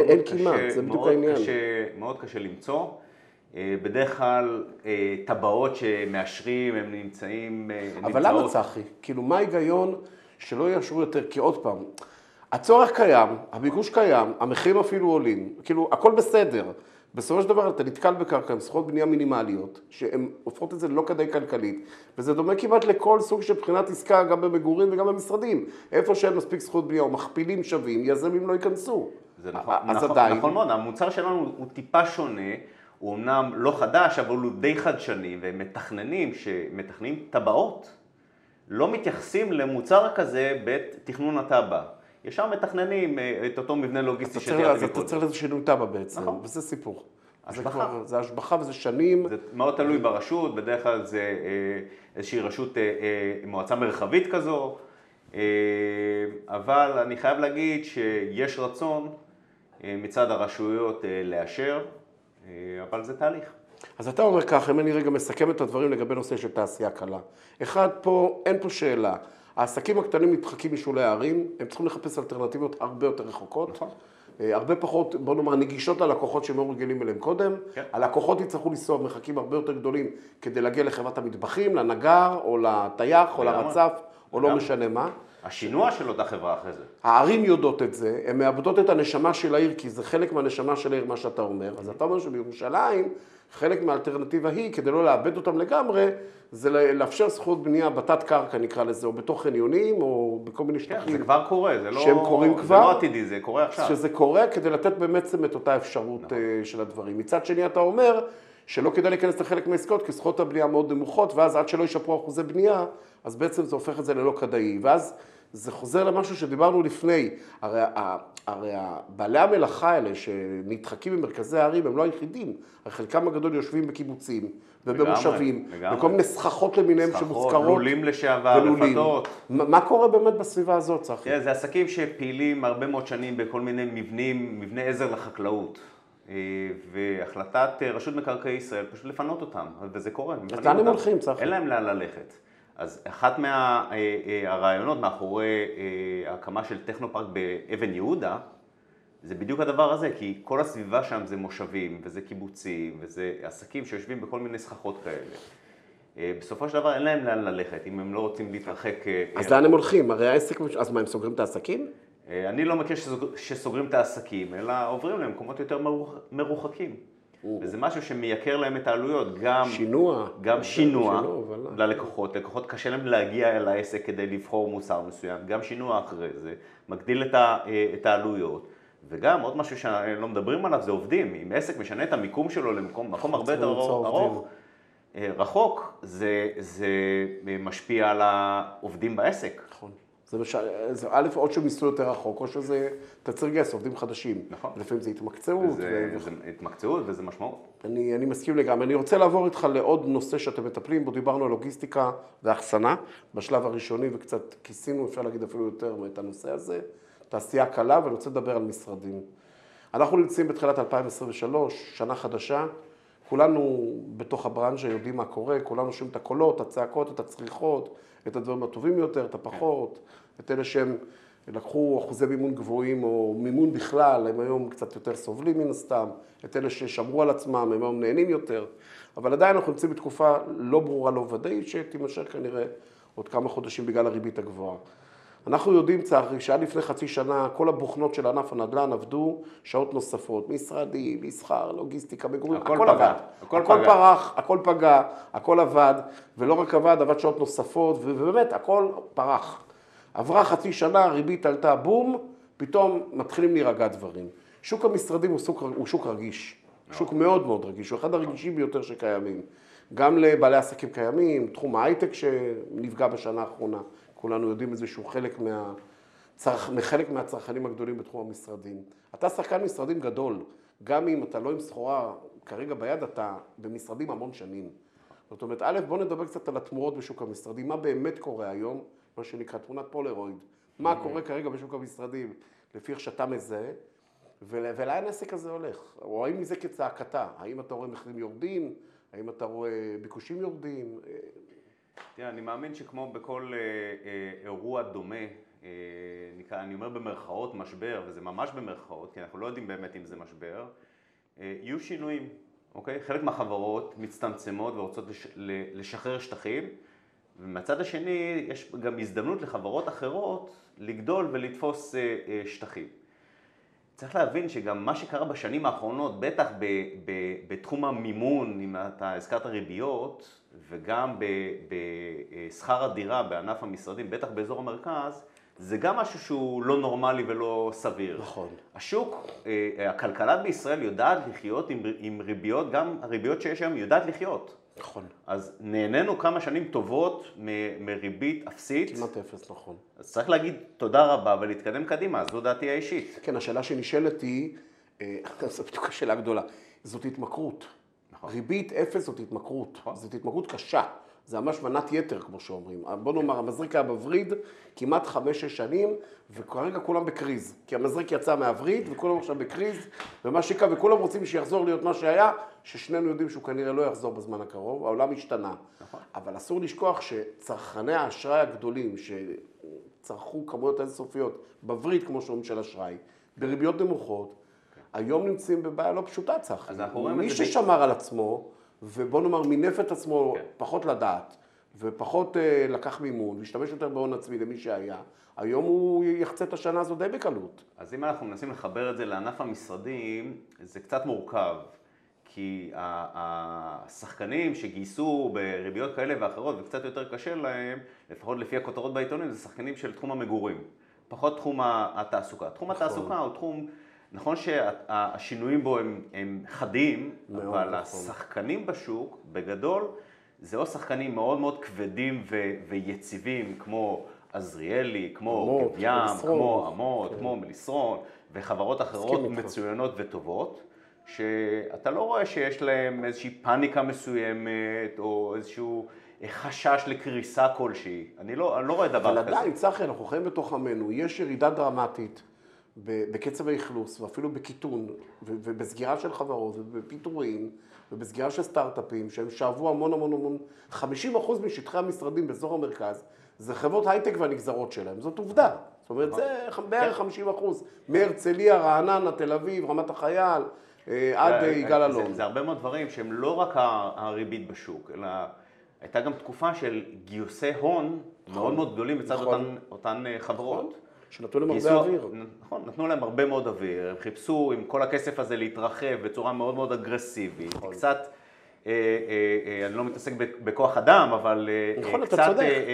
מאוד קשה למצוא. בדרך כלל טבעות שמאשרים, הם נמצאים... אבל למה צחי? כאילו, מה ההיגיון שלא יאשרו יותר? כי עוד פעם, הצורך קיים, הביקוש קיים, המחירים אפילו עולים, כאילו, הכל בסדר. בסופו של דבר אתה נתקל בקרקע עם זכויות בנייה מינימליות, שהן הופכות את זה לא כדאי כלכלית, וזה דומה כמעט לכל סוג של בחינת עסקה, גם במגורים וגם במשרדים. איפה שאין מספיק זכויות בנייה או מכפילים שווים, יזמים לא ייכנסו. זה נכון מאוד, המוצר שלנו הוא טיפה שונה, הוא אמנם לא חדש, אבל הוא די חדשני, ומתכננים שמתכננים טבעות, לא מתייחסים למוצר כזה בתכנון הטבע. ישר מתכננים את אותו מבנה לוגיסטי שתיארתי מקודם. אז אתה צריך לזה שינוי טבע בעצם, וזה סיפור. זה השבחה וזה שנים. זה מאוד תלוי ברשות, בדרך כלל זה איזושהי רשות, מועצה מרחבית כזו, אבל אני חייב להגיד שיש רצון מצד הרשויות לאשר, אבל זה תהליך. אז אתה אומר ככה, אם אני רגע מסכם את הדברים לגבי נושא של תעשייה קלה. אחד, אין פה שאלה. העסקים הקטנים מתחקים משולי הערים, הם צריכים לחפש אלטרנטיביות הרבה יותר רחוקות. הרבה פחות, בוא נאמר, נגישות ללקוחות שהם לא רגילים אליהם קודם. הלקוחות יצטרכו לנסוע במרחקים הרבה יותר גדולים כדי להגיע לחברת המטבחים, לנגר, או לטייח, או לרצף, או לא משנה מה. השינוע של אותה חברה אחרי זה. הערים יודעות את זה, הן מאבדות את הנשמה של העיר, כי זה חלק מהנשמה של העיר, מה שאתה אומר. אז אתה אומר שבירושלים, חלק מהאלטרנטיבה היא, כדי לא לאבד אותם לגמרי, זה לאפשר זכויות בנייה בתת קרקע, נקרא לזה, או בתוך חניונים, או בכל מיני שטחים. זה כבר קורה, זה לא... שהם קורים כבר. זה לא עתידי, זה קורה עכשיו. שזה קורה כדי לתת בעצם את אותה אפשרות של הדברים. מצד שני, אתה אומר שלא כדאי להיכנס לחלק מהעסקאות, כי זכויות הבנייה מאוד נמוכות, ואז עד שלא ישפרו אחוזי בנייה, אז בעצם זה הופך את זה ללא כדאי. ואז זה חוזר למשהו שדיברנו לפני. הרי בעלי המלאכה האלה שנדחקים במרכזי הערים הם לא היחידים. חלקם הגדול יושבים בקיבוצים ובמושבים, וכל מיני סככות למיניהם שמוזכרות. לולים לשעבר, רפתות. מה קורה באמת בסביבה הזאת, צחי? זה עסקים שפעילים הרבה מאוד שנים בכל מיני מבני עזר לחקלאות. והחלטת רשות מקרקעי ישראל פשוט לפנות אותם, וזה קורה. אז לאן הם הולכים, צחי? אין להם לאן ללכת. אז אחת מהרעיונות מאחורי ההקמה של טכנופארק באבן יהודה, זה בדיוק הדבר הזה, כי כל הסביבה שם זה מושבים, וזה קיבוצים, וזה עסקים שיושבים בכל מיני סככות כאלה. בסופו של דבר אין להם לאן ללכת, אם הם לא רוצים להתרחק. אז לאן הם הולכים? הרי העסק, אז מה, הם סוגרים את העסקים? אני לא מכיר שסוגרים את העסקים, אלא עוברים למקומות יותר מרוחקים. וזה משהו שמייקר להם את העלויות, גם שינוע ללקוחות. לקוחות קשה להם להגיע אל העסק כדי לבחור מוצר מסוים, גם שינוע אחרי זה, מגדיל את העלויות. וגם עוד משהו שלא מדברים עליו, זה עובדים. אם עסק משנה את המיקום שלו למקום הרבה יותר רחוק, זה משפיע על העובדים בעסק. נכון. זה א', עוד שהם ניסו יותר רחוק, או שזה תצר גייס, עובדים חדשים. נכון. לפעמים זה התמקצעות. זה התמקצעות וזה משמעות. אני מסכים לגמרי. אני רוצה לעבור איתך לעוד נושא שאתם מטפלים בו, דיברנו על לוגיסטיקה ואחסנה, בשלב הראשוני, וקצת כיסינו, אפשר להגיד אפילו יותר את הנושא הזה, תעשייה קלה, ואני רוצה לדבר על משרדים. אנחנו נמצאים בתחילת 2023, שנה חדשה, כולנו בתוך הברנז'ה יודעים מה קורה, כולנו שומעים את הקולות, הצעקות, את הצריחות, את הדברים הטובים יותר, את הפחות, את אלה שהם לקחו אחוזי מימון גבוהים או מימון בכלל, הם היום קצת יותר סובלים מן הסתם, את אלה ששמרו על עצמם, הם היום נהנים יותר, אבל עדיין אנחנו נמצאים בתקופה לא ברורה, לא ודאית, שתימשך כנראה עוד כמה חודשים בגלל הריבית הגבוהה. אנחנו יודעים, צערי, שעד לפני חצי שנה, כל הבוכנות של ענף הנדל"ן עבדו שעות נוספות, משרדים, מסחר, לוגיסטיקה, מגורים, הכל עבד. הכל פרח, הכל פגע, הכל עבד, ולא רק עבד שעות נוספות, ובאמת, הכל פרח. עברה חצי שנה, הריבית עלתה בום, פתאום מתחילים להירגע דברים. שוק המשרדים הוא שוק רגיש, שוק מאוד מאוד רגיש, הוא אחד הרגישים ביותר שקיימים. גם לבעלי עסקים קיימים, תחום ההייטק שנפגע בשנה האחרונה. כולנו יודעים את זה שהוא חלק מהצרכנים הגדולים בתחום המשרדים. אתה שחקן משרדים גדול, גם אם אתה לא עם סחורה כרגע ביד, אתה במשרדים המון שנים. זאת אומרת, א', בוא נדבר קצת על התמורות בשוק המשרדים, מה באמת קורה היום, מה שנקרא תמונת פולרויד, מה קורה כרגע בשוק המשרדים, לפי איך שאתה מזהה, ולאן העסק הזה הולך? או האם מזה כצעקתה? האם אתה רואה מחירים יורדים? האם אתה רואה ביקושים יורדים? תראה, אני מאמין שכמו בכל אירוע דומה, אני אומר במרכאות משבר, וזה ממש במרכאות, כי אנחנו לא יודעים באמת אם זה משבר, יהיו שינויים, אוקיי? חלק מהחברות מצטמצמות ורוצות לשחרר שטחים, ומהצד השני יש גם הזדמנות לחברות אחרות לגדול ולתפוס שטחים. צריך להבין שגם מה שקרה בשנים האחרונות, בטח בתחום המימון, אם אתה הזכרת ריביות, וגם בשכר הדירה בענף המשרדים, בטח באזור המרכז, זה גם משהו שהוא לא נורמלי ולא סביר. נכון. השוק, הכלכלה בישראל יודעת לחיות עם ריביות, גם הריביות שיש היום יודעת לחיות. נכון. אז נהנינו כמה שנים טובות מריבית אפסית. כמעט אפס, נכון. אז צריך להגיד תודה רבה ולהתקדם קדימה, זו דעתי האישית. כן, השאלה שנשאלת היא, זו בדיוק השאלה הגדולה, זאת התמכרות. נכון. ריבית אפס זאת התמכרות, זאת התמכרות קשה. זה ממש מנת יתר, כמו שאומרים. בוא נאמר, המזריק היה בווריד כמעט 5-6 שנים, וכרגע כולם בקריז. כי המזריק יצא מהווריד, וכולם עכשיו בקריז, ומה שקרה, וכולם רוצים שיחזור להיות מה שהיה, ששנינו יודעים שהוא כנראה לא יחזור בזמן הקרוב, העולם השתנה. נכון. אבל אסור לשכוח שצרכני האשראי הגדולים, שצרכו כמויות אינסופיות בווריד, כמו שאומרים של אשראי, בריביות נמוכות, היום נמצאים בבעיה לא פשוטה, צחי. מי ששמר על עצמו, ובוא נאמר, מינף את עצמו פחות לדעת, ופחות לקח מימון, להשתמש יותר בהון עצמי למי שהיה, היום הוא יחצה את השנה הזו די בקלות. אז אם אנחנו מנסים לחבר את זה לענף המשרדים, זה קצת מורכב, כי השחקנים שגייסו בריביות כאלה ואחרות, וקצת יותר קשה להם, לפחות לפי הכותרות בעיתונים, זה שחקנים של תחום המגורים, פחות תחום התעסוקה. תחום התעסוקה הוא תחום... נכון שהשינויים בו הם חדים, אבל השחקנים בשוק, בגדול, זה או שחקנים מאוד מאוד כבדים ויציבים, כמו עזריאלי, כמו גב ים, כמו עמוד, כמו מליסרון, וחברות אחרות מצוינות וטובות, שאתה לא רואה שיש להם איזושהי פאניקה מסוימת, או איזשהו חשש לקריסה כלשהי. אני לא רואה דבר כזה. אבל עדיין, צחי, אנחנו חיים בתוך עמנו, יש ירידה דרמטית. בקצב האכלוס, ואפילו בקיטון, ובסגירה של חברות, ובפיטורים, ובסגירה של סטארט-אפים, שהם שאבו המון, 50% משטחי המשרדים באזור המרכז, זה חברות הייטק והנגזרות שלהם, זאת עובדה. זאת אומרת, זה בערך 50%, מהרצליה, רעננה, תל אביב, רמת החייל, עד יגאל אלון. זה הרבה מאוד דברים שהם לא רק הריבית בשוק, אלא הייתה גם תקופה של גיוסי הון מאוד מאוד גדולים בצד אותן חברות. שנתנו להם הרבה אוויר. נכון, נתנו להם הרבה מאוד אוויר, הם חיפשו עם כל הכסף הזה להתרחב בצורה מאוד מאוד אגרסיבית, קצת, אני לא מתעסק בכוח אדם, אבל קצת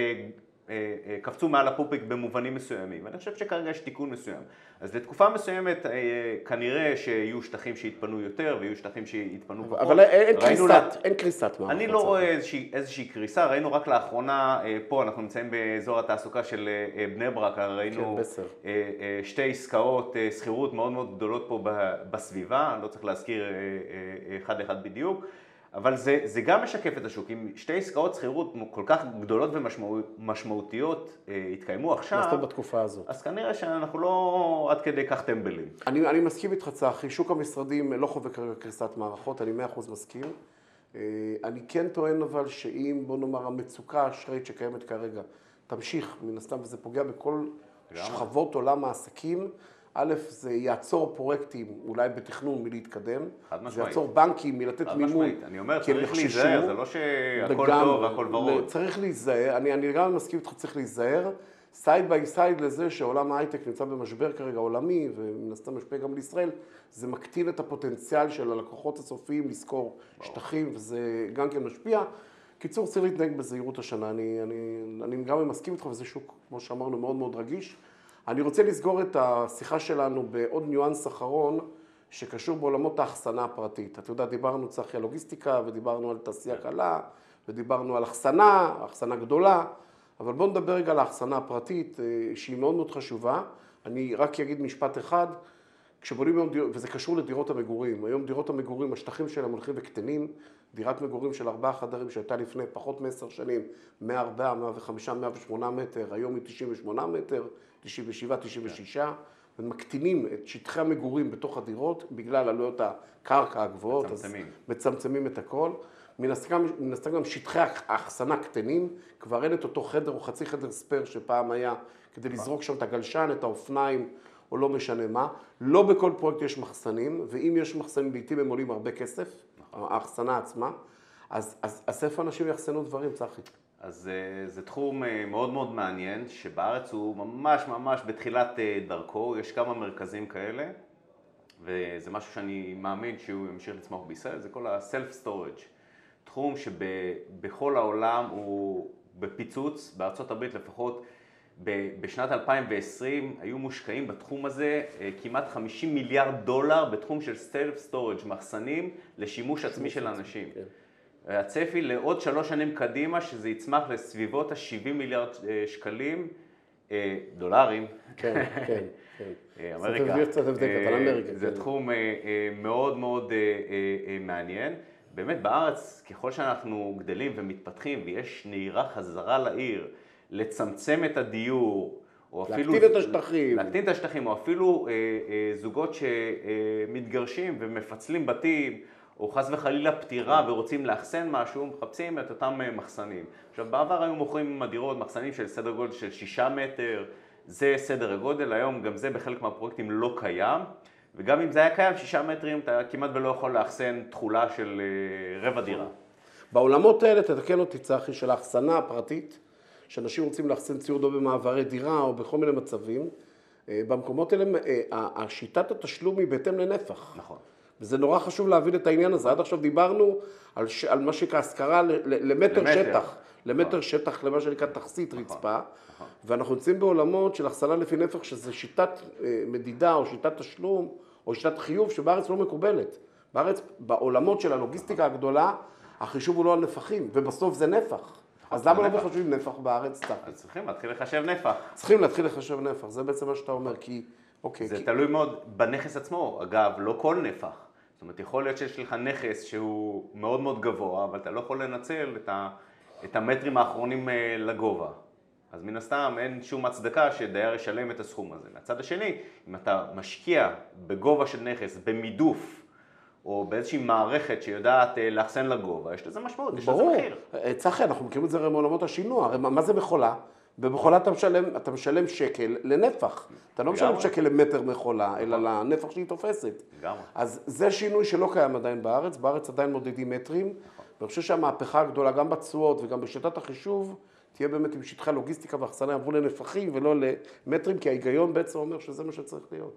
קפצו מעל הפופיק במובנים מסוימים, ואני חושב שכרגע יש תיקון מסוים. אז לתקופה מסוימת כנראה שיהיו שטחים שיתפנו יותר, ויהיו שטחים שיתפנו פחות. אבל אין קריסת מערכת. אני לא רואה איזושהי קריסה, ראינו רק לאחרונה, פה אנחנו נמצאים באזור התעסוקה של בני ברק, ראינו שתי עסקאות שכירות מאוד מאוד גדולות פה בסביבה, לא צריך להזכיר אחד בדיוק, אבל זה גם משקף את השוק. אם שתי עסקאות שכירות כל כך גדולות ומשמעותיות התקיימו עכשיו, נעשו בתקופה הזאת. אז כנראה שאנחנו לא עד כדי כך טמבלים. אני מסכים איתך, צחי, שוק המשרדים לא חווה כרגע קריסת מערכות, אני 100% מסכים. אני כן טוען אבל שאם, בוא נאמר, המצוקה האשראית שקיימת כרגע תמשיך, מן הסתם, וזה פוגע בכל שכבות עולם העסקים, א', זה יעצור פרויקטים, אולי בתכנון מלהתקדם. חד משמעית. זה יעצור בנקים מלתת מימון. אני אומר, צריך להיזהר, זה לא שהכל טוב והכל ורוד. צריך להיזהר, אני גם מסכים איתך, צריך להיזהר. סייד ביי סייד לזה שעולם ההייטק נמצא במשבר כרגע עולמי, ומן הסתם משפיע גם לישראל, זה מקטין את הפוטנציאל של הלקוחות הסופיים לשכור שטחים, וזה גם כן משפיע. קיצור, צריך להתנהג בזהירות השנה, אני גם מסכים איתך, וזה שוק, כמו שאמרנו, מאוד מאוד רגיש. אני רוצה לסגור את השיחה שלנו בעוד ניואנס אחרון, שקשור בעולמות האחסנה הפרטית. אתה יודע, דיברנו צחי על לוגיסטיקה, ודיברנו על תעשייה קלה, ודיברנו על אחסנה גדולה, אבל בואו נדבר רגע על האחסנה הפרטית, שהיא מאוד מאוד חשובה. אני רק אגיד משפט אחד, כשבונים היום דירות, וזה קשור לדירות המגורים, היום דירות המגורים, השטחים שלהם הולכים וקטנים, דירת מגורים של 4 חדרים שהייתה לפני פחות מ10 שנים, 104, 105, 108 מטר, היום היא 98 מטר, 97, 96, ומקטינים את שטחי המגורים בתוך הדירות, בגלל עלויות הקרקע הגבוהות, אז מצמצמים את הכל. מן הסתם גם שטחי האחסנה קטנים, כבר אין את אותו חדר או חצי חדר ספר שפעם היה, כדי לזרוק שם את הגלשן, את האופניים, או לא משנה מה. לא בכל פרויקט יש מחסנים, ואם יש מחסנים, לעתים הם עולים הרבה כסף, האחסנה עצמה. אז איפה אנשים יחסנו דברים, צחי? אז זה תחום מאוד מאוד מעניין, שבארץ הוא ממש ממש בתחילת דרכו, יש כמה מרכזים כאלה, וזה משהו שאני מאמין שהוא ימשיך לצמוח בישראל, זה כל ה-self storage. תחום שבכל העולם הוא בפיצוץ, בארצות הברית לפחות, בשנת 2020 היו מושקעים בתחום הזה כמעט $50 מיליארד בתחום של self storage, מחסנים לשימוש עצמי של אנשים. הצפי לעוד 3 שנים קדימה שזה יצמח לסביבות ה-70 מיליארד שקלים, דולרים. כן, כן, כן. אמריקה. זה תחום מאוד מאוד מעניין. באמת בארץ, ככל שאנחנו גדלים ומתפתחים ויש נהירה חזרה לעיר, לצמצם את הדיור, או אפילו... להקטין את השטחים. להקטין את השטחים, או אפילו זוגות שמתגרשים ומפצלים בתים, או חס וחלילה פטירה ורוצים לאחסן משהו, מחפשים את אותם מחסנים. עכשיו, בעבר היו מוכרים דירות, מחסנים של סדר גודל של 6 מטר, זה סדר הגודל, היום גם זה בחלק מהפרויקטים לא קיים, וגם אם זה היה קיים 6 מטרים, אתה כמעט ולא יכול לאחסן תחולה של רבע דירה. בעולמות האלה, תתקן אותי צחי, של האחסנה הפרטית, שאנשים רוצים לאחסן ציוד או במעברי דירה או בכל מיני מצבים, במקומות האלה, השיטת התשלום היא בהתאם לנפח. נכון. וזה נורא חשוב להבין את העניין הזה. עד עכשיו דיברנו על מה שנקרא השכרה למטר שטח. למטר שטח, למה שנקרא תכסית רצפה. ואנחנו יוצאים בעולמות של אחסנה לפי נפח, שזה שיטת מדידה או שיטת תשלום או שיטת חיוב שבארץ לא מקובלת. בארץ, בעולמות של הלוגיסטיקה הגדולה, החישוב הוא לא על נפחים, ובסוף זה נפח. אז למה לא מחשבים נפח בארץ? צריכים להתחיל לחשב נפח. צריכים להתחיל לחשב נפח, זה בעצם מה שאתה אומר, כי... זה תלוי מאוד בנכס עצמו, אגב, לא כל נפח. זאת אומרת, יכול להיות שיש לך נכס שהוא מאוד מאוד גבוה, אבל אתה לא יכול לנצל את המטרים האחרונים לגובה. אז מן הסתם אין שום הצדקה שדייר ישלם את הסכום הזה. מהצד השני, אם אתה משקיע בגובה של נכס, במידוף, או באיזושהי מערכת שיודעת לאחסן לגובה, יש לזה משמעות, יש לזה מחיר. ברור, צחי, אנחנו מכירים את זה מעולמות השינוע, הרי מה זה מכולה? במכולה אתה משלם שקל לנפח. אתה לא משלם שקל למטר מכולה, אלא לנפח שהיא תופסת. אז זה שינוי שלא קיים עדיין בארץ, בארץ עדיין מודדים מטרים, ואני חושב שהמהפכה הגדולה, גם בתשואות וגם בשיטת החישוב, תהיה באמת עם שטחי לוגיסטיקה והחסנה יעברו לנפחים ולא למטרים, כי ההיגיון בעצם אומר שזה מה שצריך להיות.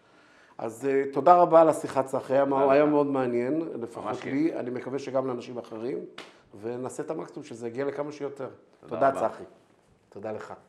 אז תודה רבה על השיחה צחי, היה מאוד מעניין, לפחות לי, אני מקווה שגם לאנשים אחרים, ונעשה את המקסימום שזה יגיע לכמה שיותר. תודה צחי. תודה לך.